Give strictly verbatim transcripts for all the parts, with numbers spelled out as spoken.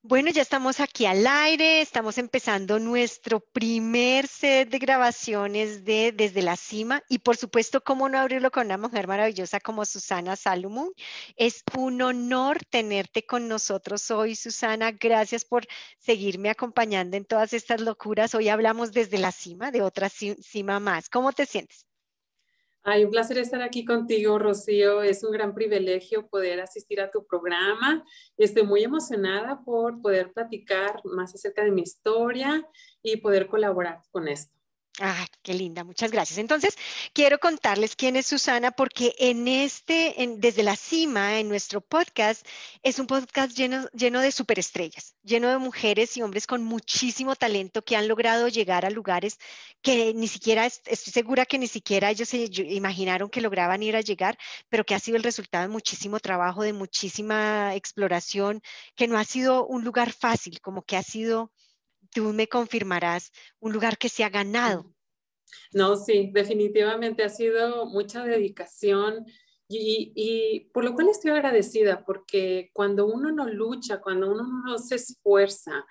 Bueno, ya estamos aquí al aire, estamos empezando nuestro primer set de grabaciones de Desde la Cima y por supuesto, cómo no abrirlo con una mujer maravillosa como Susana Salomón. Es un honor tenerte con nosotros hoy, Susana. Gracias por seguirme acompañando en todas estas locuras. Hoy hablamos desde la cima, de otra ci- cima más. ¿Cómo te sientes? Ay, un placer estar aquí contigo, Rocío. Es un gran privilegio poder asistir a tu programa. Estoy muy emocionada por poder platicar más acerca de mi historia y poder colaborar con esto. Ah, qué linda, muchas gracias. Entonces, quiero contarles quién es Susana porque en este, en- desde la cima, en nuestro podcast, es un podcast lleno, lleno de superestrellas, lleno de mujeres y hombres con muchísimo talento que han logrado llegar a lugares que ni siquiera, est- estoy segura que ni siquiera ellos se yo- imaginaron que lograban ir a llegar, pero que ha sido el resultado de muchísimo trabajo, de muchísima exploración, que no ha sido un lugar fácil, como que ha sido, tú me confirmarás, un lugar que se ha ganado. No, sí, definitivamente ha sido mucha dedicación y, y por lo cual estoy agradecida porque cuando uno no lucha, cuando uno no se esfuerza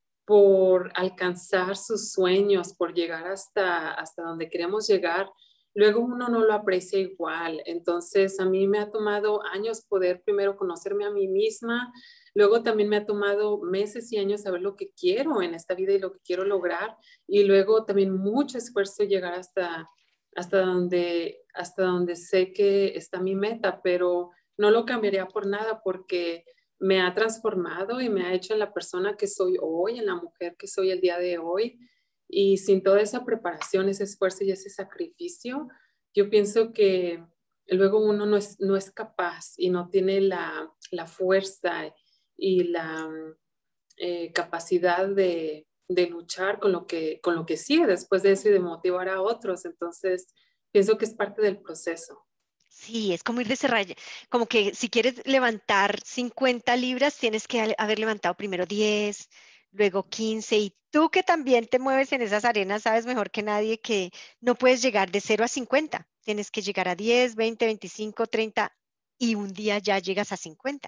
por alcanzar sus sueños, por llegar hasta, hasta donde queremos llegar, luego uno no lo aprecia igual. Entonces, a mí me ha tomado años poder primero conocerme a mí misma, luego también me ha tomado meses y años saber lo que quiero en esta vida y lo que quiero lograr, y luego también mucho esfuerzo llegar hasta, hasta donde, hasta donde sé que está mi meta, pero no lo cambiaría por nada porque me ha transformado y me ha hecho en la persona que soy hoy, en la mujer que soy el día de hoy. Y sin toda esa preparación, ese esfuerzo y ese sacrificio, yo pienso que luego uno no es, no es capaz y no tiene la, la fuerza y la eh, capacidad de, de luchar con lo, que, con lo que sigue después de eso y de motivar a otros. Entonces, pienso que es parte del proceso. Sí, es como ir de serralla, como que si quieres levantar cincuenta libras, tienes que ale- haber levantado primero diez, luego quince, y tú que también te mueves en esas arenas, sabes mejor que nadie que no puedes llegar de cero a cincuenta, tienes que llegar a diez, veinte, veinticinco, treinta, y un día ya llegas a cincuenta.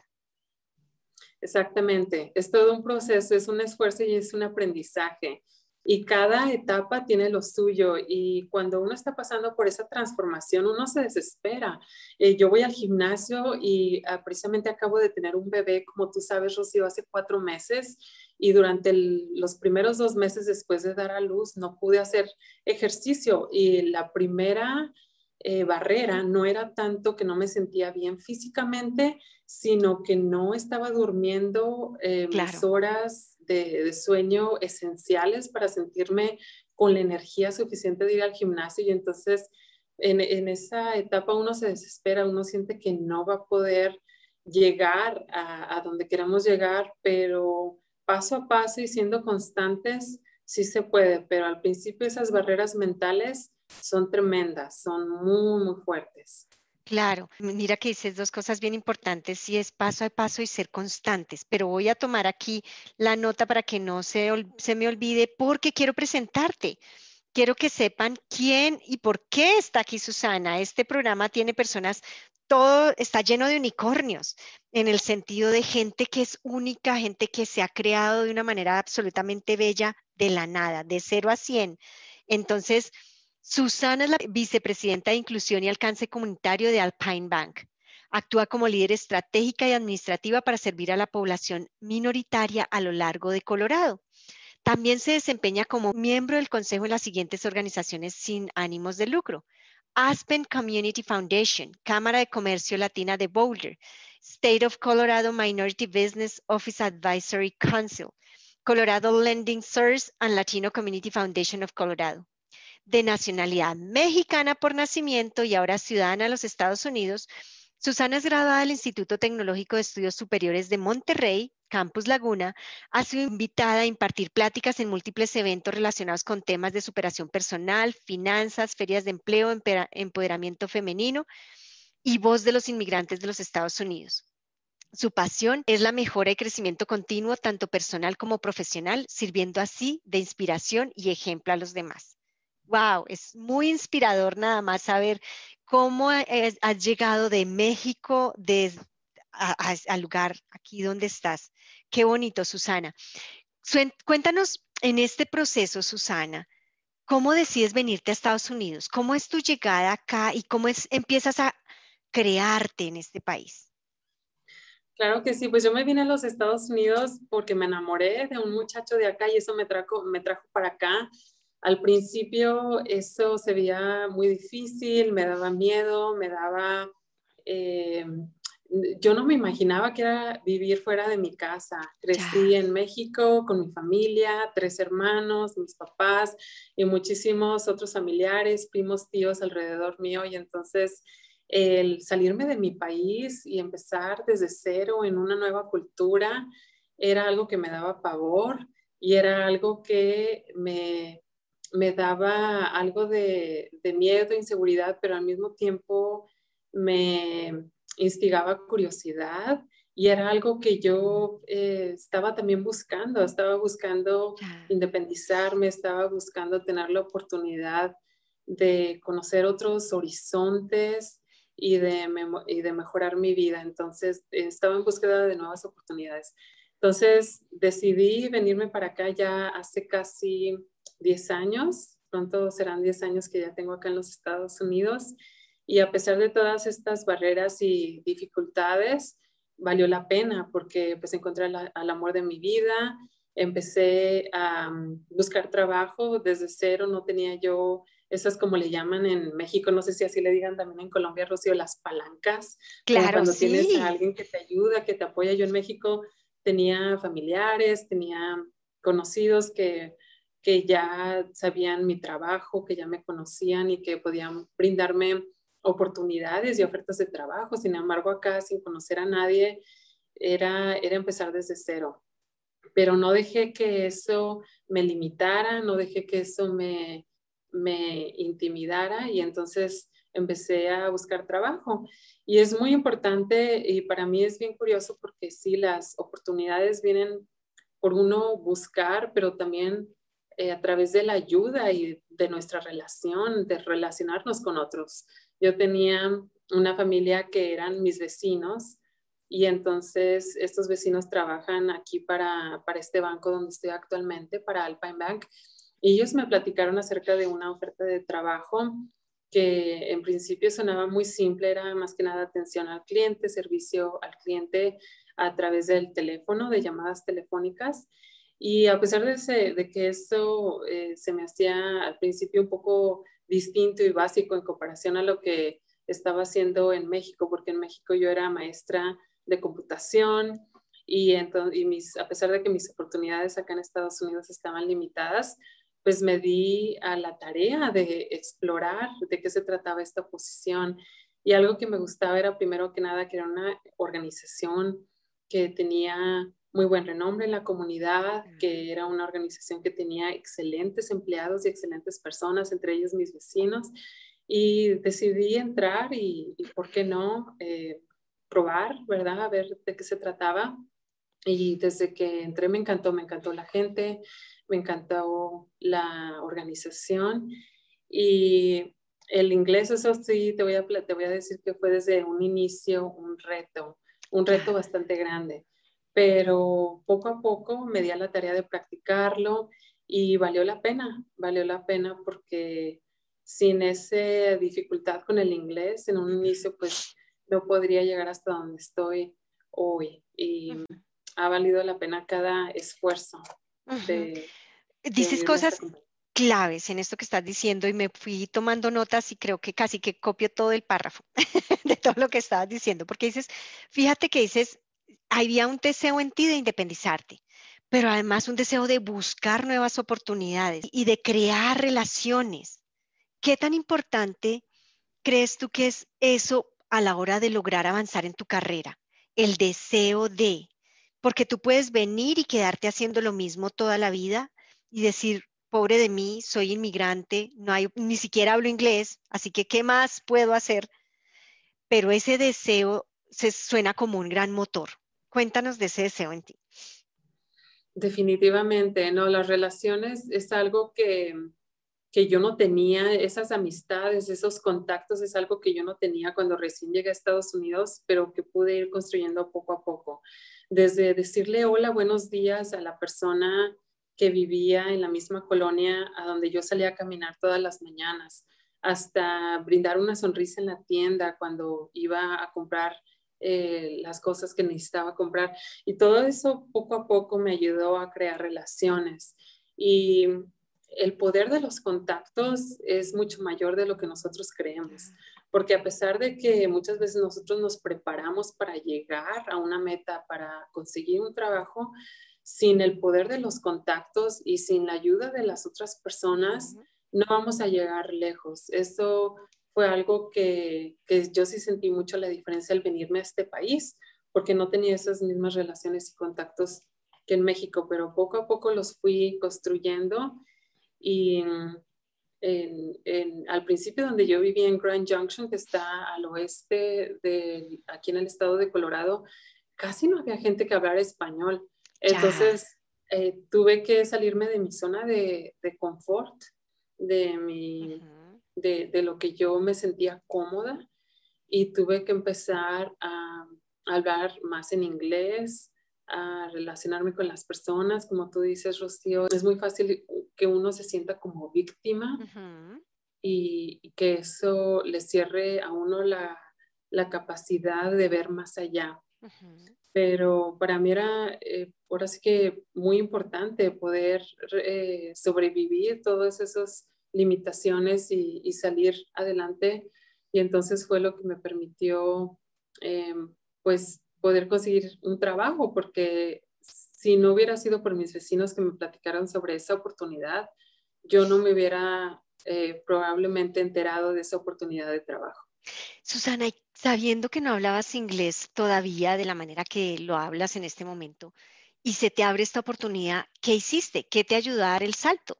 Exactamente, es todo un proceso, es un esfuerzo y es un aprendizaje. Y cada etapa tiene lo suyo. Y cuando uno está pasando por esa transformación, uno se desespera. Eh, yo voy al gimnasio y ah, precisamente acabo de tener un bebé, como tú sabes, Rocío, hace cuatro meses. Y durante el- los primeros dos meses después de dar a luz, no pude hacer ejercicio. Y la primera eh, barrera no era tanto que no me sentía bien físicamente, sino que no estaba durmiendo eh, mis Claro, horas de, de sueño esenciales para sentirme con la energía suficiente de ir al gimnasio. Y entonces en, en esa etapa uno se desespera, uno siente que no va a poder llegar a, a donde queremos llegar, pero paso a paso y siendo constantes, sí se puede, pero al principio esas barreras mentales son tremendas, son muy, muy fuertes. claro. Mira que dices dos cosas bien importantes, y es paso a paso y ser constantes, pero voy a tomar aquí la nota para que no se, ol- se me olvide porque quiero presentarte. Quiero que sepan quién y por qué está aquí Susana. Este programa tiene personas, todo está lleno de unicornios, en el sentido de gente que es única, gente que se ha creado de una manera absolutamente bella de la nada, de cero a cien. Entonces, Susana es la vicepresidenta de Inclusión y Alcance Comunitario de Alpine Bank. Actúa como líder estratégica y administrativa para servir a la población minoritaria a lo largo de Colorado. También se desempeña como miembro del consejo en las siguientes organizaciones sin ánimos de lucro: Aspen Community Foundation, Cámara de Comercio Latina de Boulder, State of Colorado Minority Business Office Advisory Council, Colorado Lending Source and Latino Community Foundation of Colorado. De nacionalidad mexicana por nacimiento y ahora ciudadana de los Estados Unidos, Susana es graduada del Instituto Tecnológico de Estudios Superiores de Monterrey, Campus Laguna. Ha sido invitada a impartir pláticas en múltiples eventos relacionados con temas de superación personal, finanzas, ferias de empleo, empoderamiento femenino y voz de los inmigrantes de los Estados Unidos. Su pasión es la mejora y crecimiento continuo, tanto personal como profesional, sirviendo así de inspiración y ejemplo a los demás. Wow, es muy inspirador nada más saber cómo es- has llegado de México des- a- a- al lugar aquí donde estás, Qué bonito, Susana. Suen- Cuéntanos en este proceso, Susana, ¿cómo decides venirte a Estados Unidos? ¿Cómo es tu llegada acá y cómo es, empiezas a crearte en este país? Claro que sí, pues yo me vine a los Estados Unidos porque me enamoré de un muchacho de acá y eso me trajo, me trajo para acá. Al principio eso se veía muy difícil, me daba miedo, me daba... eh, yo no me imaginaba que era vivir fuera de mi casa. Crecí Ya, en México con mi familia, tres hermanos, mis papás y muchísimos otros familiares, primos, tíos alrededor mío y entonces el salirme de mi país y empezar desde cero en una nueva cultura era algo que me daba pavor y era algo que me, me daba algo de, de miedo, inseguridad, pero al mismo tiempo me instigaba curiosidad y era algo que yo eh, estaba también buscando, estaba buscando ya, independizarme, estaba buscando tener la oportunidad de conocer otros horizontes y de, y de mejorar mi vida. Entonces, eh, estaba en búsqueda de nuevas oportunidades. Entonces, decidí venirme para acá ya hace casi diez años. Pronto serán diez años que ya tengo acá en los Estados Unidos. Y a pesar de todas estas barreras y dificultades, valió la pena porque pues encontré la, al amor de mi vida, empecé a um, buscar trabajo desde cero, no tenía yo esas como le llaman en México, no sé si así le digan también en Colombia, Rocío, las palancas, como claro, cuando tienes a sí. alguien que te ayuda, que te apoya. Yo en México tenía familiares, tenía conocidos que, que ya sabían mi trabajo, que ya me conocían y que podían brindarme oportunidades y ofertas de trabajo. Sin embargo, acá sin conocer a nadie, era, era empezar desde cero. Pero no dejé que eso me limitara, no dejé que eso me, me intimidara y entonces empecé a buscar trabajo. Y es muy importante y para mí es bien curioso porque sí, las oportunidades vienen por uno buscar, pero también eh, a través de la ayuda y de nuestra relación, de relacionarnos con otros. Yo tenía una familia que eran mis vecinos y entonces estos vecinos trabajan aquí para, para este banco donde estoy actualmente, para Alpine Bank, y ellos me platicaron acerca de una oferta de trabajo que en principio sonaba muy simple, era más que nada atención al cliente, servicio al cliente a través del teléfono, de llamadas telefónicas. Y a pesar de, ese, de que eso eh, se me hacía al principio un poco distinto y básico en comparación a lo que estaba haciendo en México, porque en México yo era maestra de computación y, entonces, y mis, a pesar de que mis oportunidades acá en Estados Unidos estaban limitadas, pues me di a la tarea de explorar de qué se trataba esta posición. Y algo que me gustaba era primero que nada que era una organización que tenía muy buen renombre en la comunidad, Ujú. que era una organización que tenía excelentes empleados y excelentes personas, entre ellos mis vecinos. Y decidí entrar y, y ¿por qué no? Eh, probar, ¿verdad? A ver de qué se trataba. Y desde que entré me encantó, me encantó la gente, me encantó la organización y el inglés, eso sí, te voy a, te voy a decir que fue desde un inicio un reto, un reto Ya. bastante grande, pero poco a poco me di a la tarea de practicarlo y valió la pena, valió la pena porque sin esa dificultad con el inglés en un inicio, pues no podría llegar hasta donde estoy hoy. Y Ujú, ha valido la pena cada esfuerzo ujú. de, de Dices unirme a esta cosas compañía. claves en esto que estás diciendo y me fui tomando notas y creo que casi que copio todo el párrafo de todo lo que estabas diciendo, porque dices, fíjate que dices, había un deseo en ti de independizarte, pero además un deseo de buscar nuevas oportunidades y de crear relaciones. ¿Qué tan importante crees tú que es eso a la hora de lograr avanzar en tu carrera? El deseo de, porque tú puedes venir y quedarte haciendo lo mismo toda la vida y decir, pobre de mí, soy inmigrante, no hay, ni siquiera hablo inglés, así que ¿qué más puedo hacer? Pero ese deseo se suena como un gran motor. Cuéntanos de ese deseo en ti. Definitivamente, no, las relaciones es algo que, que yo no tenía, esas amistades, esos contactos es algo que yo no tenía cuando recién llegué a Estados Unidos, pero que pude ir construyendo poco a poco. desde decirle hola, buenos días a la persona que vivía en la misma colonia a donde yo salía a caminar todas las mañanas, hasta brindar una sonrisa en la tienda cuando iba a comprar eh, las cosas que necesitaba comprar. Y todo eso poco a poco me ayudó a crear relaciones. Y el poder de los contactos es mucho mayor de lo que nosotros creemos, porque a pesar de que muchas veces nosotros nos preparamos para llegar a una meta, para conseguir un trabajo, sin el poder de los contactos y sin la ayuda de las otras personas, no vamos a llegar lejos. Eso fue algo que, que yo sí sentí mucho la diferencia al venirme a este país, porque no tenía esas mismas relaciones y contactos que en México, pero poco a poco los fui construyendo. Y en, en, al principio donde yo vivía en Grand Junction, que está al oeste de aquí en el estado de Colorado, casi no había gente que hablara español. Ya. Entonces eh, tuve que salirme de mi zona de, de confort, de, mi, Ujú. de, de lo que yo me sentía cómoda, y tuve que empezar a, a hablar más en inglés, a relacionarme con las personas. Como tú dices, Rocío, es muy fácil que uno se sienta como víctima Ujú. y, y que eso le cierre a uno la, la capacidad de ver más allá. Ujú. Pero para mí era, eh, ahora sí que muy importante poder eh, sobrevivir todas esas limitaciones y, y, salir adelante. Y entonces fue lo que me permitió, eh, pues, poder conseguir un trabajo, porque si no hubiera sido por mis vecinos que me platicaron sobre esa oportunidad, yo no me hubiera eh, probablemente enterado de esa oportunidad de trabajo. Susana, y sabiendo que no hablabas inglés todavía de la manera que lo hablas en este momento, y se te abre esta oportunidad, ¿qué hiciste? ¿Qué te ayudó a dar el salto?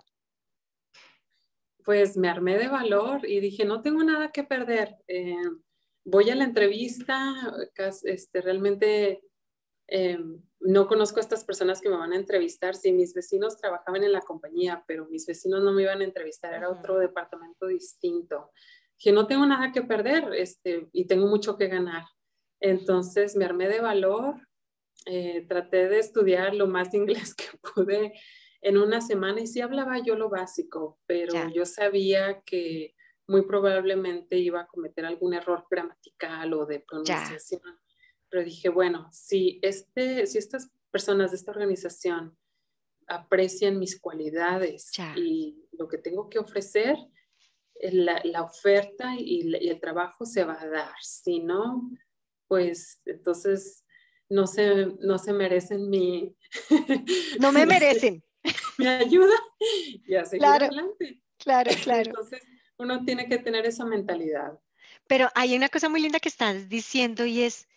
Pues me armé de valor y dije, no tengo nada que perder. Eh, voy a la entrevista, este, realmente eh, no conozco a estas personas que me van a entrevistar. Sí, mis vecinos trabajaban en la compañía, pero mis vecinos no me iban a entrevistar, era otro Ujú. departamento distinto. Dije, no tengo nada que perder, este, y tengo mucho que ganar. Entonces me armé de valor, eh, traté de estudiar lo más inglés que pude en una semana, y sí hablaba yo lo básico, pero Ya. yo sabía que muy probablemente iba a cometer algún error gramatical o de Ya. pronunciación. Pero dije, bueno, si, este, si estas personas de esta organización aprecian mis cualidades Ya. y lo que tengo que ofrecer, la, la oferta y, y el trabajo se va a dar. Si no, pues entonces no se, no se merecen mi, No me merecen. mi ayuda y a seguir Claro, adelante. claro, claro. Entonces uno tiene que tener esa mentalidad. Pero hay una cosa muy linda que estás diciendo y es,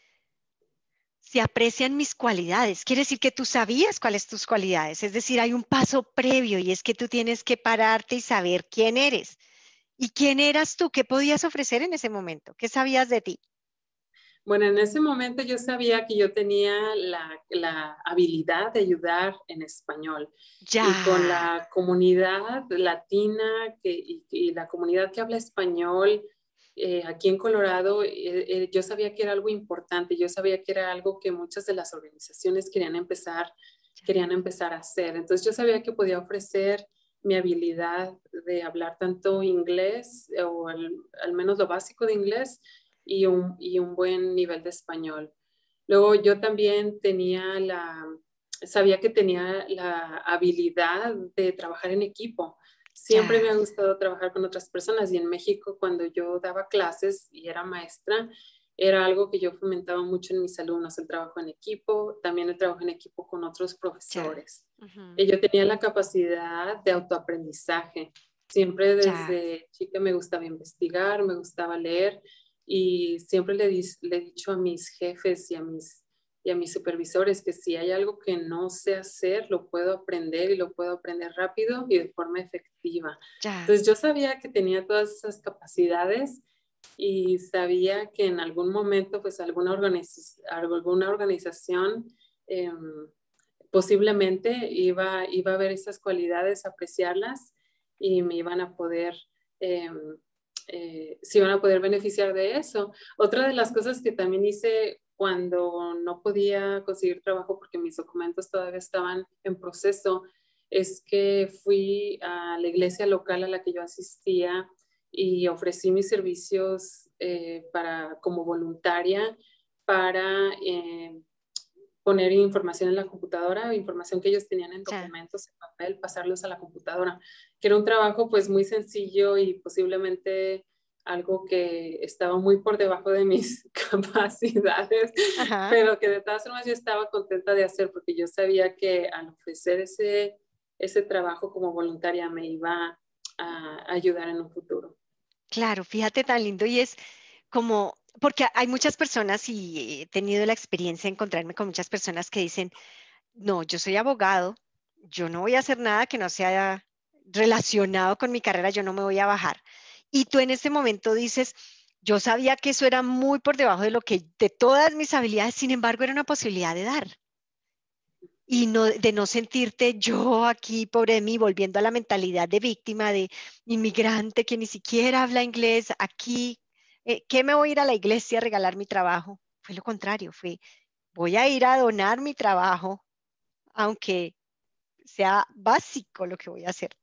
si aprecian mis cualidades, quiere decir que tú sabías cuáles tus cualidades, es decir, hay un paso previo y es que tú tienes que pararte y saber quién eres. ¿Y quién eras tú? ¿Qué podías ofrecer en ese momento? ¿Qué sabías de ti? Bueno, en ese momento yo sabía que yo tenía la, la habilidad de ayudar en español, y con Ya, la comunidad latina que, y, y la comunidad que habla español eh, aquí en Colorado, eh, eh, yo sabía que era algo importante, yo sabía que era algo que muchas de las organizaciones querían empezar, ya, querían empezar a hacer. Entonces yo sabía que podía ofrecer mi habilidad de hablar tanto inglés o al, al menos lo básico de inglés y un, y un buen nivel de español. Luego yo también tenía la, sabía que tenía la habilidad de trabajar en equipo. Siempre me ya, ha gustado trabajar con otras personas, y en México cuando yo daba clases y era maestra, era algo que yo fomentaba mucho en mis alumnos, el trabajo en equipo, también el trabajo en equipo con otros ya. profesores. Ujú. Y yo tenía la capacidad de autoaprendizaje. Siempre Ya, desde chica me gustaba investigar, me gustaba leer, y siempre le, di, le he dicho a mis jefes y a mis, y a mis supervisores que si hay algo que no sé hacer, lo puedo aprender, y lo puedo aprender rápido y de forma efectiva. ya, Entonces yo sabía que tenía todas esas capacidades, y sabía que en algún momento pues alguna, organiz alguna organización eh, posiblemente iba, iba a ver esas cualidades, apreciarlas, y me iban a poder, eh, eh, se iban a poder beneficiar de eso. Otra de las cosas que también hice cuando no podía conseguir trabajo porque mis documentos todavía estaban en proceso, es que fui a la iglesia local a la que yo asistía y ofrecí mis servicios eh, para, como voluntaria para eh, poner información en la computadora, información que ellos tenían en Ya. documentos, en papel, pasarlos a la computadora, que era un trabajo pues muy sencillo y posiblemente algo que estaba muy por debajo de mis capacidades, Ajá. pero que de todas formas yo estaba contenta de hacer porque yo sabía que al ofrecer ese, ese trabajo como voluntaria me iba a ayudar en un futuro. Claro, fíjate tan lindo y es como, porque hay muchas personas y he tenido la experiencia de encontrarme con muchas personas que dicen, no, yo soy abogado, yo no voy a hacer nada que no sea relacionado con mi carrera, yo no me voy a bajar. Y tú en ese momento dices, yo sabía que eso era muy por debajo de lo que, de todas mis habilidades, sin embargo, era una posibilidad de dar. Y no, de no sentirte yo aquí, pobre de mí, volviendo a la mentalidad de víctima, de inmigrante que ni siquiera habla inglés, aquí, eh, ¿qué me voy a ir a la iglesia a regalar mi trabajo? Fue lo contrario, fue, voy a ir a donar mi trabajo, aunque sea básico lo que voy a hacer.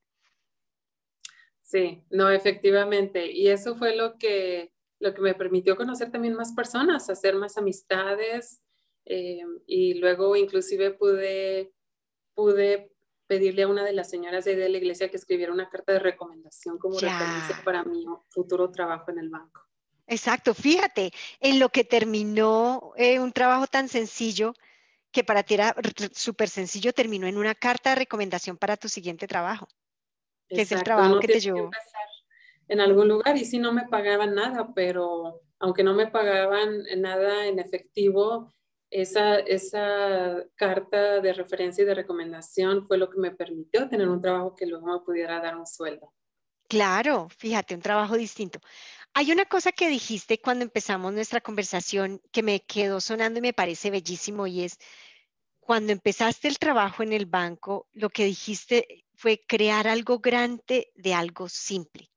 Sí, no, efectivamente. Y eso fue lo que, lo que me permitió conocer también más personas, hacer más amistades. eh, y luego inclusive pude, pude pedirle a una de las señoras de, ahí de la iglesia que escribiera una carta de recomendación como referencia Ya, para mi futuro trabajo en el banco. exacto. Fíjate, en lo que terminó eh, un trabajo tan sencillo, que para ti era r- r- súper sencillo, terminó en una carta de recomendación para tu siguiente trabajo, que es el Exacto, trabajo uno que te tiene que llevó. empezar en algún lugar y sí no me pagaban nada, pero aunque no me pagaban nada en efectivo, esa, esa carta de referencia y de recomendación fue lo que me permitió tener un trabajo que luego me pudiera dar un sueldo. Claro, fíjate, un trabajo distinto. Hay una cosa que dijiste cuando empezamos nuestra conversación que me quedó sonando y me parece bellísimo y es, cuando empezaste el trabajo en el banco, lo que dijiste fue crear algo grande de algo simple.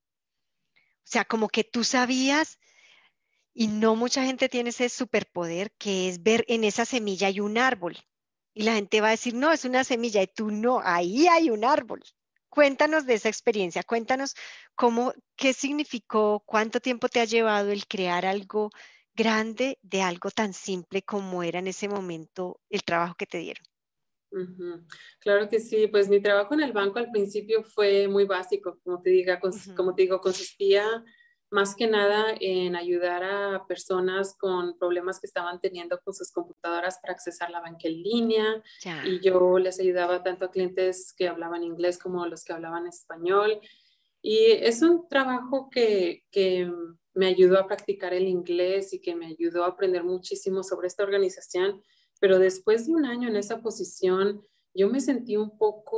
O sea, como que tú sabías y no mucha gente tiene ese superpoder que es ver en esa semilla hay un árbol. Y la gente va a decir, no, es una semilla y tú no, ahí hay un árbol. Cuéntanos de esa experiencia, cuéntanos cómo, qué significó, cuánto tiempo te ha llevado el crear algo grande de algo tan simple como era en ese momento el trabajo que te dieron. Ujú. Claro que sí, pues mi trabajo en el banco al principio fue muy básico, como te diga, cons- como Ujú. te digo, consistía más que nada en ayudar a personas con problemas que estaban teniendo con sus computadoras para accesar la banca en línea Ya, y yo les ayudaba tanto a clientes que hablaban inglés como a los que hablaban español y es un trabajo que, que me ayudó a practicar el inglés y que me ayudó a aprender muchísimo sobre esta organización, pero después de un año en esa posición, yo me sentí un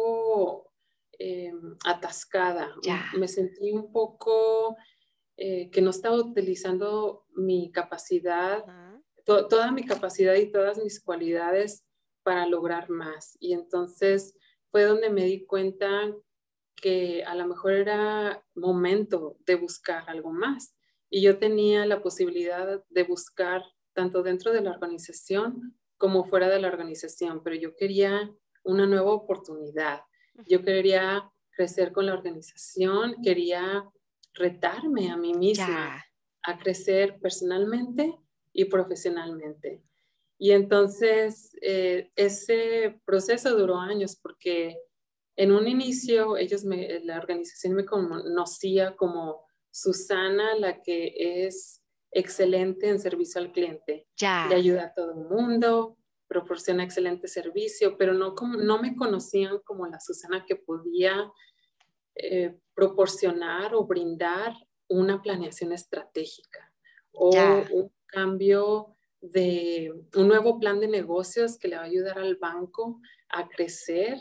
poco eh, atascada, ya. un- me sentí un poco eh, que no estaba utilizando mi capacidad, Ajá. to- toda mi capacidad y todas mis cualidades para lograr más. Y entonces fue donde me di cuenta que a lo mejor era momento de buscar algo más. Y yo tenía la posibilidad de buscar tanto dentro de la organización como fuera de la organización, pero yo quería una nueva oportunidad. Yo Ujú. quería crecer con la organización, quería retarme a mí misma Ya, a crecer personalmente y profesionalmente. Y entonces eh, ese proceso duró años porque en un inicio ellos me, la organización me conocía como Susana, la que es excelente en servicio al cliente. Le ya, ayuda a todo el mundo, proporciona excelente servicio, pero no, como, no me conocían como la Susana que podía eh, proporcionar o brindar una planeación estratégica o ya, un cambio de un nuevo plan de negocios que le va a ayudar al banco a crecer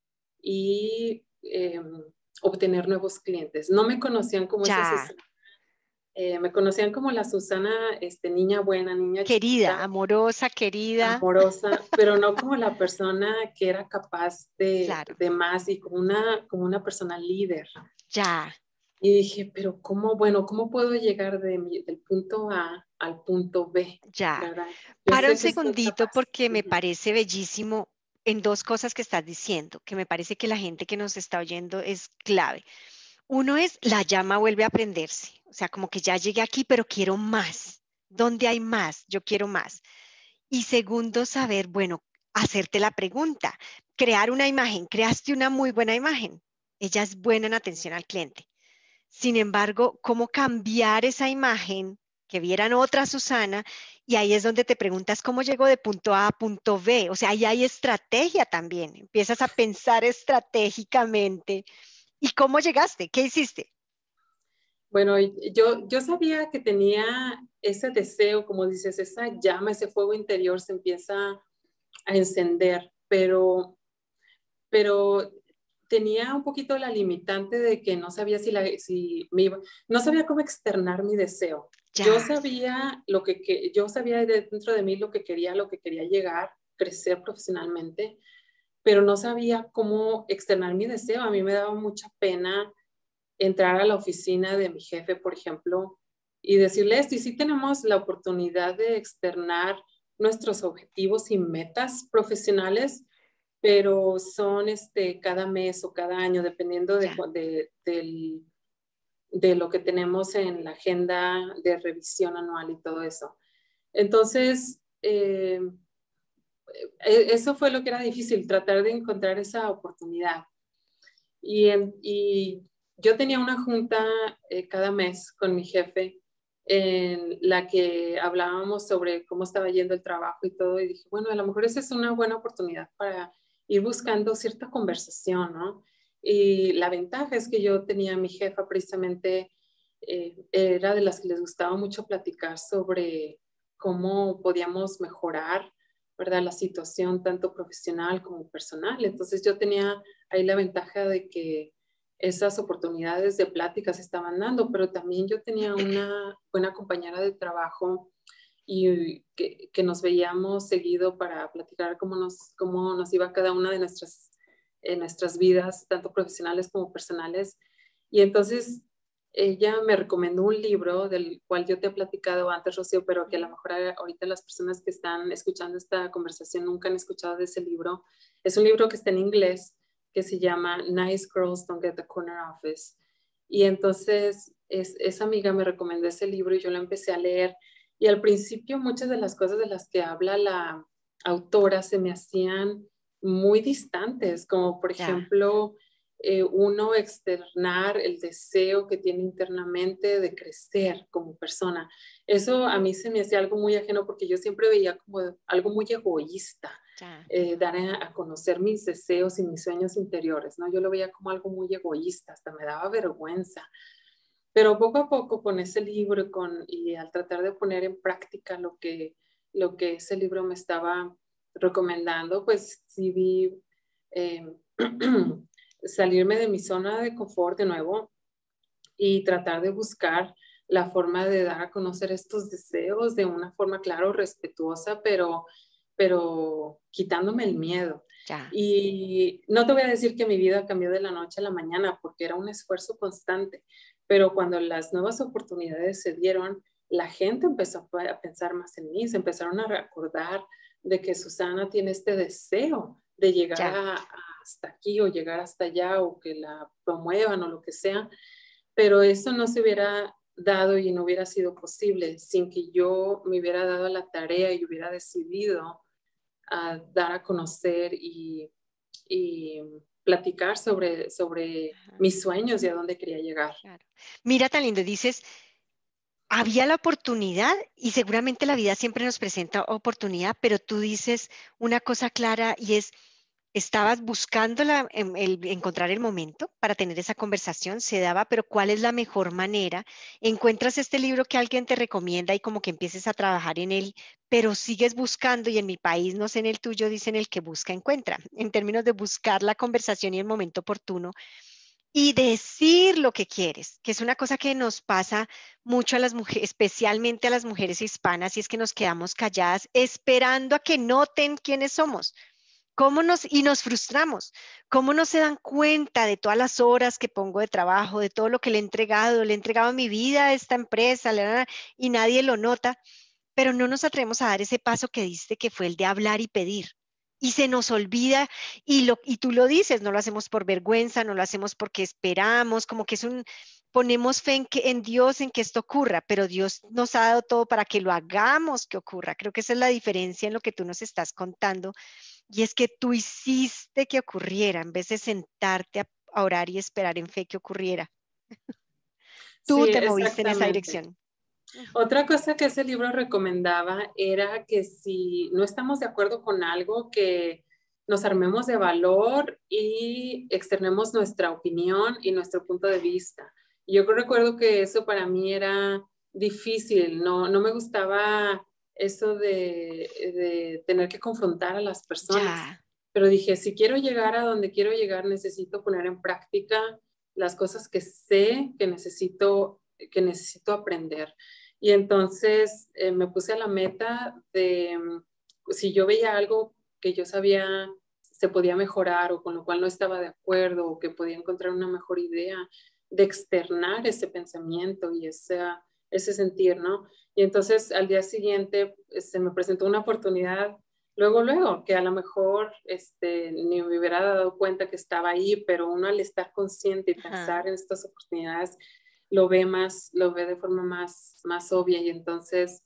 y eh, obtener nuevos clientes. No me conocían como esa ya. Susana, eh, me conocían como la Susana, este, niña buena, niña Querida, chiquita, amorosa, querida. amorosa, pero no como la persona que era capaz de, Claro, de más y como una, como una persona líder. ya. Y dije, pero ¿cómo, bueno, cómo puedo llegar de mi, del punto A al punto B, Ya. ¿verdad? Yo Para un sé que soy segundito capaz. porque me Ujú. parece bellísimo en dos cosas que estás diciendo, que me parece que la gente que nos está oyendo es clave. Uno es la llama vuelve a prenderse, o sea, como que ya llegué aquí, pero quiero más. ¿Dónde hay más? Yo quiero más. Y segundo, saber, bueno, hacerte la pregunta, crear una imagen. Creaste una muy buena imagen. Ella es buena en atención al cliente. Sin embargo, ¿cómo cambiar esa imagen que vieran otra Susana? Y ahí es donde te preguntas cómo llego de punto A a punto B. O sea, ahí hay estrategia también. Empiezas a pensar estratégicamente. ¿Y cómo llegaste? ¿Qué hiciste? Bueno, y- yo, yo sabía que tenía ese deseo, como dices, esa llama, ese fuego interior se empieza a encender, pero, pero tenía un poquito la limitante de que no sabía si, la, si me iba, no sabía cómo externar mi deseo. Yo Ya, sabía lo que, que yo sabía dentro de mí lo que quería, lo que quería llegar, crecer profesionalmente, pero no sabía cómo externar mi deseo. A mí me daba mucha pena entrar a la oficina de mi jefe, por ejemplo, y decirle esto, y sí tenemos la oportunidad de externar nuestros objetivos y metas profesionales, pero son este, cada mes o cada año, dependiendo de, ya, de, del, de lo que tenemos en la agenda de revisión anual y todo eso. Entonces, eh, eso fue lo que era difícil, tratar de encontrar esa oportunidad. Y, en, y yo tenía una junta eh, cada mes con mi jefe en la que hablábamos sobre cómo estaba yendo el trabajo y todo, y dije, bueno, a lo mejor esa es una buena oportunidad para ir buscando cierta conversación, ¿no? Y la ventaja es que yo tenía a mi jefa precisamente, eh, era de las que les gustaba mucho platicar sobre cómo podíamos mejorar, ¿verdad? La situación tanto profesional como personal. Entonces yo tenía ahí la ventaja de que esas oportunidades de plática se estaban dando, pero también yo tenía una buena compañera de trabajo y que, que nos veíamos seguido para platicar cómo nos, cómo nos iba cada una de nuestras, en nuestras vidas, tanto profesionales como personales. Y entonces ella me recomendó un libro del cual yo te he platicado antes, Rocío, pero que a lo mejor ahorita las personas que están escuchando esta conversación nunca han escuchado de ese libro. Es un libro que está en inglés, que se llama Nice Girls Don't Get the Corner Office. Y entonces es, esa amiga me recomendó ese libro y yo lo empecé a leer. Y al principio muchas de las cosas de las que habla la autora se me hacían muy distantes, como por ya, ejemplo eh, uno externar el deseo que tiene internamente de crecer como persona. Eso a mí se me hacía algo muy ajeno porque yo siempre veía como algo muy egoísta, ya. eh, dar a, a, conocer mis deseos y mis sueños interiores, ¿no? Yo lo veía como algo muy egoísta, hasta me daba vergüenza. Pero poco a poco con ese libro y, con, y al tratar de poner en práctica lo que, lo que ese libro me estaba recomendando, pues sí vi eh, salirme de mi zona de confort de nuevo y tratar de buscar la forma de dar a conocer estos deseos de una forma, claro, respetuosa, pero, pero quitándome el miedo. Ya, Y no te voy a decir que mi vida cambió de la noche a la mañana, porque era un esfuerzo constante, pero cuando las nuevas oportunidades se dieron, la gente empezó a pensar más en mí, se empezaron a recordar de que Susana tiene este deseo de llegar ya. a, a hasta aquí o llegar hasta allá o que la promuevan o lo que sea, pero eso no se hubiera dado y no hubiera sido posible sin que yo me hubiera dado la tarea y hubiera decidido a dar a conocer y, y platicar sobre, sobre Ajá, mis sueños y a dónde quería llegar. claro. Mira tan lindo, dices, había la oportunidad y seguramente la vida siempre nos presenta oportunidad, pero tú dices una cosa clara y es, estabas buscando la- em- el, encontrar el momento para tener esa conversación, se daba, pero ¿cuál es la mejor manera? Encuentras este libro que alguien te recomienda y como que empieces a trabajar en él, pero sigues buscando y en mi país, no sé en el tuyo, dicen el que busca encuentra, en términos de buscar la conversación y el momento oportuno y decir lo que quieres, que es una cosa que nos pasa mucho a las mujeres, especialmente a las mujeres hispanas, y es que nos quedamos calladas esperando a que noten quiénes somos, ¿Cómo nos, y nos frustramos? ¿Cómo no se dan cuenta de todas las horas que pongo de trabajo, de todo lo que le he entregado, le he entregado mi vida a esta empresa, la, la, la, y nadie lo nota? Pero no nos atrevemos a dar ese paso que diste, que fue el de hablar y pedir. Y se nos olvida, y, lo, y tú lo dices, no lo hacemos por vergüenza, no lo hacemos porque esperamos, como que es un, ponemos fe en, que, en Dios, en que esto ocurra, pero Dios nos ha dado todo para que lo hagamos que ocurra. Creo que esa es la diferencia en lo que tú nos estás contando, y es que tú hiciste que ocurriera, en vez de sentarte a, a orar y esperar en fe que ocurriera. Tú Sí, te moviste en esa exactamente. dirección. Otra cosa que ese libro recomendaba era que si no estamos de acuerdo con algo, que nos armemos de valor y externemos nuestra opinión y nuestro punto de vista. Y yo recuerdo que eso para mí era difícil, no, no me gustaba eso de, de tener que confrontar a las personas. Ya, Pero dije, si quiero llegar a donde quiero llegar, necesito poner en práctica las cosas que sé que necesito, que necesito aprender. Y entonces eh, me puse a la meta de, si yo veía algo que yo sabía se podía mejorar o con lo cual no estaba de acuerdo o que podía encontrar una mejor idea, de externar ese pensamiento y ese, ese sentir, ¿no? Y entonces al día siguiente se me presentó una oportunidad, luego, luego, que a lo mejor este, ni me hubiera dado cuenta que estaba ahí, pero uno al estar consciente y ajá, pensar en estas oportunidades, lo ve más, lo ve de forma más, más obvia. Y entonces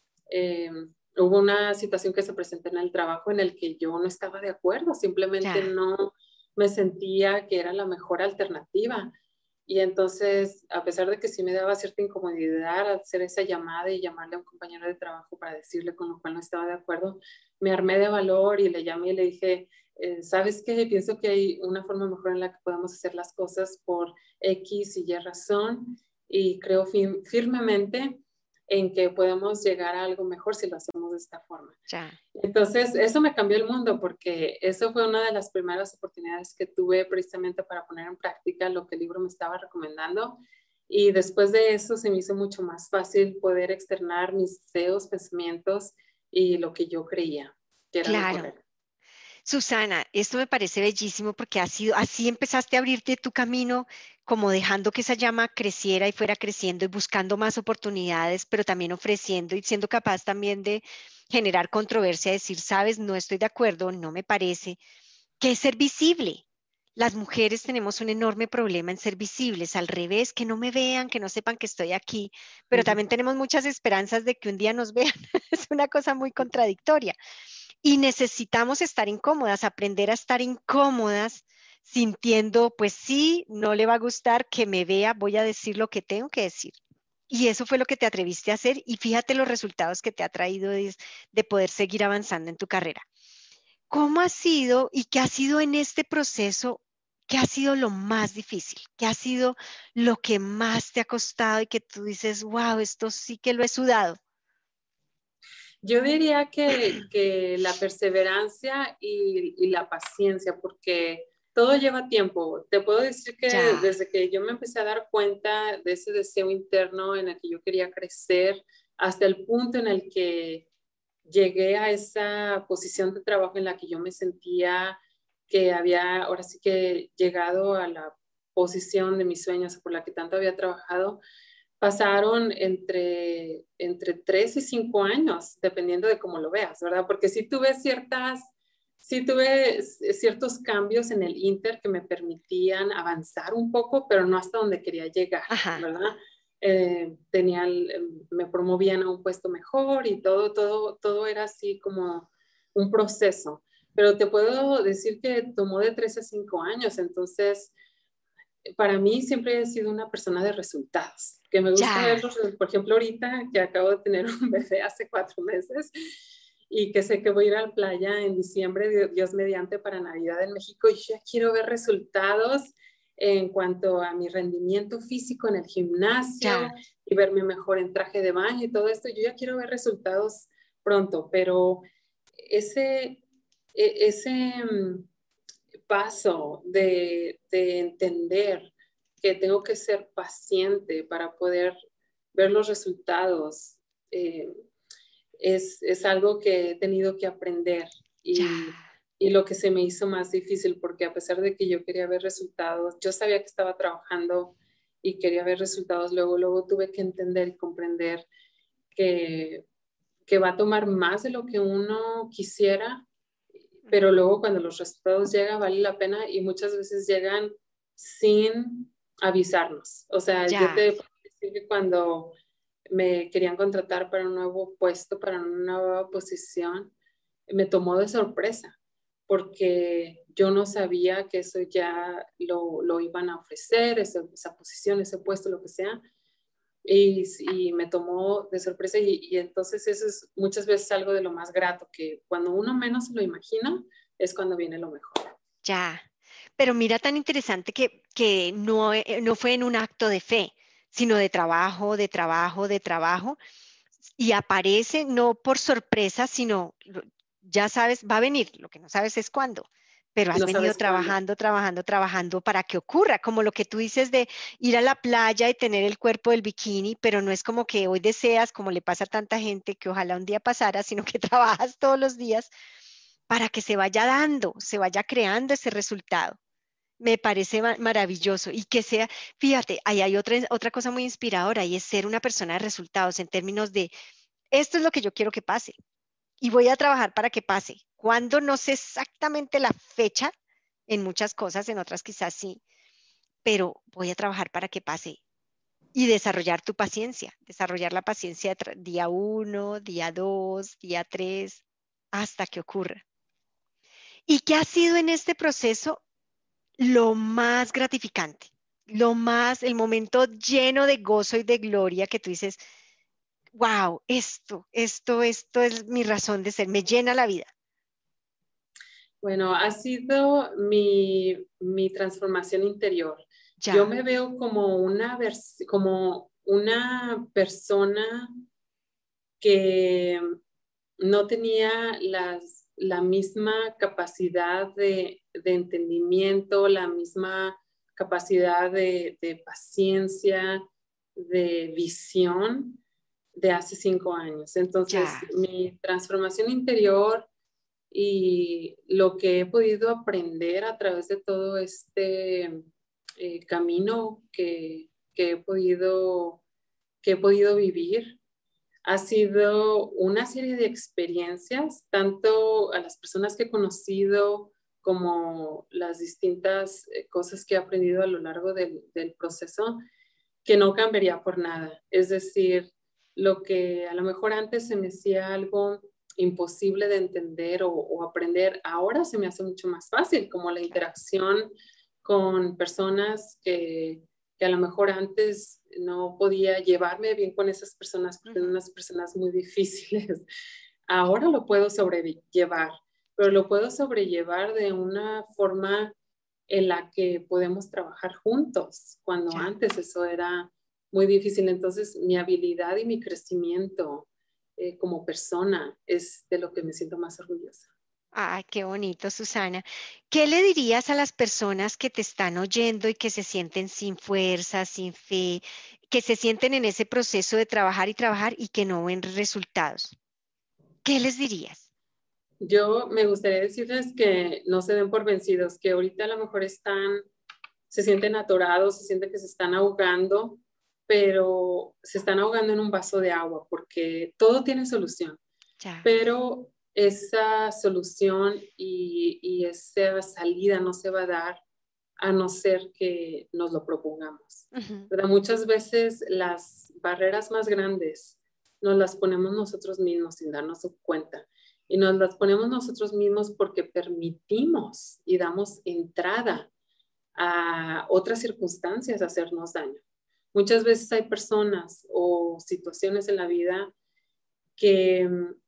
eh, hubo una situación que se presentó en el trabajo en el que yo no estaba de acuerdo, simplemente ya. no me sentía que era la mejor alternativa. Y entonces, a pesar de que sí me daba cierta incomodidad hacer esa llamada y llamarle a un compañero de trabajo para decirle con lo cual no estaba de acuerdo, me armé de valor y le llamé y le dije, eh, ¿sabes qué? Pienso que hay una forma mejor en la que podemos hacer las cosas por X y Y razón y creo fir firmemente en que podemos llegar a algo mejor si lo hacemos de esta forma. Ya. Entonces, eso me cambió el mundo porque eso fue una de las primeras oportunidades que tuve precisamente para poner en práctica lo que el libro me estaba recomendando. Y después de eso se me hizo mucho más fácil poder externar mis deseos, pensamientos y lo que yo creía que era lo Claro. correcto. Susana, esto me parece bellísimo porque ha sido, así empezaste a abrirte tu camino, como dejando que esa llama creciera y fuera creciendo y buscando más oportunidades, pero también ofreciendo y siendo capaz también de generar controversia, decir, sabes, no estoy de acuerdo, no me parece, que es ser visible. Las mujeres tenemos un enorme problema en ser visibles, al revés, que no me vean, que no sepan que estoy aquí, pero también tenemos muchas esperanzas de que un día nos vean. Es una cosa muy contradictoria. Y necesitamos estar incómodas, aprender a estar incómodas, sintiendo, pues sí, no le va a gustar que me vea, voy a decir lo que tengo que decir. Y eso fue lo que te atreviste a hacer y fíjate los resultados que te ha traído de, de poder seguir avanzando en tu carrera. ¿Cómo ha sido y qué ha sido en este proceso? ¿Qué ha sido lo más difícil? ¿Qué ha sido lo que más te ha costado y que tú dices, wow, esto sí que lo he sudado? Yo diría que, que la perseverancia y, y, la paciencia, porque todo lleva tiempo. Te puedo decir que Ya, desde que yo me empecé a dar cuenta de ese deseo interno en el que yo quería crecer, hasta el punto en el que llegué a esa posición de trabajo en la que yo me sentía que había, ahora sí que llegado a la posición de mis sueños por la que tanto había trabajado, pasaron entre, entre tres y cinco años, dependiendo de cómo lo veas, ¿verdad? Porque sí tuve ciertas, sí tuve ciertos cambios en el Inter que me permitían avanzar un poco, pero no hasta donde quería llegar, ajá, ¿verdad? Eh, tenía el, me promovían a un puesto mejor y todo, todo, todo era así como un proceso. Pero te puedo decir que tomó de tres a cinco años, entonces para mí siempre he sido una persona de resultados, que me gusta ya. verlos, por ejemplo, ahorita que acabo de tener un bebé hace cuatro meses y que sé que voy a ir a la playa en diciembre, Dios mediante, para Navidad en México, y yo ya quiero ver resultados en cuanto a mi rendimiento físico en el gimnasio Ya, y verme mejor en traje de baño y todo esto. Yo ya quiero ver resultados pronto, pero ese, e, ese paso de, de entender que tengo que ser paciente para poder ver los resultados, eh, es, es algo que he tenido que aprender ya. y, y lo que se me hizo más difícil, porque a pesar de que yo quería ver resultados, yo sabía que estaba trabajando y quería ver resultados, luego, luego tuve que entender y comprender que, que va a tomar más de lo que uno quisiera, pero luego cuando los resultados llegan vale la pena y muchas veces llegan sin avisarnos. O sea, yo Ya, te puedo decir que cuando me querían contratar para un nuevo puesto, para una nueva posición, me tomó de sorpresa porque yo no sabía que eso ya lo, lo iban a ofrecer, esa, esa posición, ese puesto, lo que sea. Y, y me tomó de sorpresa y, y entonces eso es muchas veces algo de lo más grato, que cuando uno menos se lo imagina es cuando viene lo mejor. ya. Pero mira tan interesante que, que no, eh, no fue en un acto de fe, sino de trabajo, de trabajo, de trabajo, y aparece no por sorpresa, sino lo- ya sabes, va a venir, lo que no sabes es cuándo, pero has No venido sabes cuándo. trabajando, trabajando, trabajando para que ocurra, como lo que tú dices de ir a la playa y tener el cuerpo del bikini, pero no es como que hoy deseas, como le pasa a tanta gente, que ojalá un día pasara, sino que trabajas todos los días para que se vaya dando, se vaya creando ese resultado. Me parece ma- maravilloso y que sea, fíjate, ahí hay otra, otra cosa muy inspiradora y es ser una persona de resultados en términos de esto es lo que yo quiero que pase y voy a trabajar para que pase. Cuando no sé exactamente la fecha, en muchas cosas, en otras quizás sí, pero voy a trabajar para que pase y desarrollar tu paciencia, desarrollar la paciencia tra- día uno, día dos, día tres, hasta que ocurra. ¿Y qué ha sido en este proceso lo más gratificante? Lo más, el momento lleno de gozo y de gloria que tú dices, wow, esto, esto, esto es mi razón de ser, me llena la vida. Bueno, ha sido mi, mi transformación interior. Yo Ya, me veo como una, vers- como una persona que no tenía las, la misma capacidad de, de entendimiento, la misma capacidad de, de paciencia, de visión de hace cinco años. Entonces, ya, mi transformación interior y lo que he podido aprender a través de todo este eh, camino que, que, he podido, que he podido vivir ha sido una serie de experiencias, tanto a las personas que he conocido como las distintas eh, cosas que he aprendido a lo largo del, del proceso, que no cambiaría por nada. Es decir, lo que a lo mejor antes se me hacía algo imposible de entender o, o aprender, ahora se me hace mucho más fácil, como la claro. interacción con personas que, que a lo mejor antes no podía llevarme bien con esas personas porque eran Ujú. unas personas muy difíciles. Ahora lo puedo sobrellevar, pero lo puedo sobrellevar de una forma en la que podemos trabajar juntos, cuando Ya. antes eso era muy difícil. Entonces, mi habilidad y mi crecimiento eh, como persona es de lo que me siento más orgullosa. Ay, qué bonito, Susana. ¿Qué le dirías a las personas que te están oyendo y que se sienten sin fuerza, sin fe, que se sienten en ese proceso de trabajar y trabajar y que no ven resultados? ¿Qué les dirías? Yo me gustaría decirles que no se den por vencidos, que ahorita a lo mejor están, se sienten atorados, se sienten que se están ahogando, pero se están ahogando en un vaso de agua porque todo tiene solución. Ya. Pero esa solución y, y esa salida no se va a dar a no ser que nos lo propongamos. Ujú. ¿Verdad? Muchas veces las barreras más grandes nos las ponemos nosotros mismos sin darnos cuenta. Y nos las ponemos nosotros mismos porque permitimos y damos entrada a otras circunstancias a hacernos daño. Muchas veces hay personas o situaciones en la vida que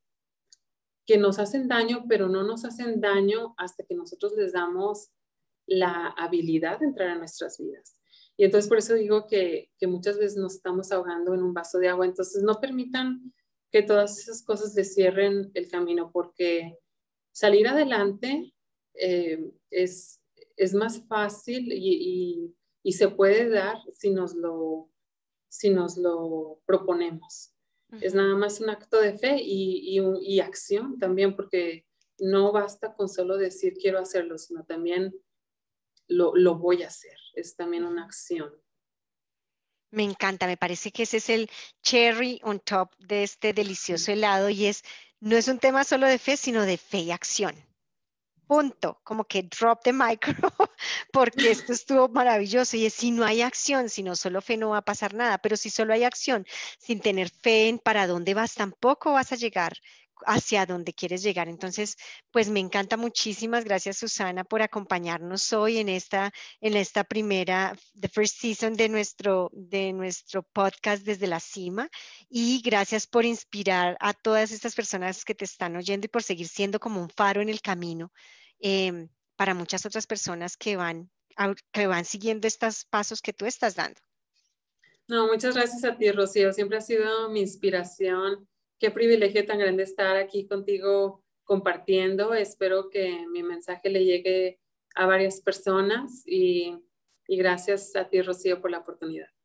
que nos hacen daño, pero no nos hacen daño hasta que nosotros les damos la habilidad de entrar a nuestras vidas. Y entonces por eso digo que, que muchas veces nos estamos ahogando en un vaso de agua. Entonces no permitan que todas esas cosas les cierren el camino, porque salir adelante eh, es, es más fácil y, y, y se puede dar si nos lo, si nos lo proponemos. Es Ujú. nada más un acto de fe y, y, y acción también, porque no basta con solo decir quiero hacerlo, sino también lo, lo voy a hacer. Es también una acción. Me encanta, me parece que ese es el cherry on top de este delicioso helado y es, no es un tema solo de fe, sino de fe y acción. Punto, como que drop the micro, porque esto estuvo maravilloso y es si no hay acción, si no solo fe no va a pasar nada, pero si solo hay acción, sin tener fe en para dónde vas, tampoco vas a llegar hacia donde quieres llegar. Entonces, pues me encanta. Muchísimas gracias, Susana, por acompañarnos hoy en esta, en esta primera, the first season de nuestro, de nuestro podcast Desde la Cima. Y gracias por inspirar a todas estas personas que te están oyendo y por seguir siendo como un faro en el camino eh, para muchas otras personas que van, a, que van siguiendo estos pasos que tú estás dando. No, muchas gracias a ti, Rocío. Siempre ha sido mi inspiración. Qué privilegio tan grande estar aquí contigo compartiendo. Espero que mi mensaje le llegue a varias personas y, y gracias a ti, Rocío, por la oportunidad.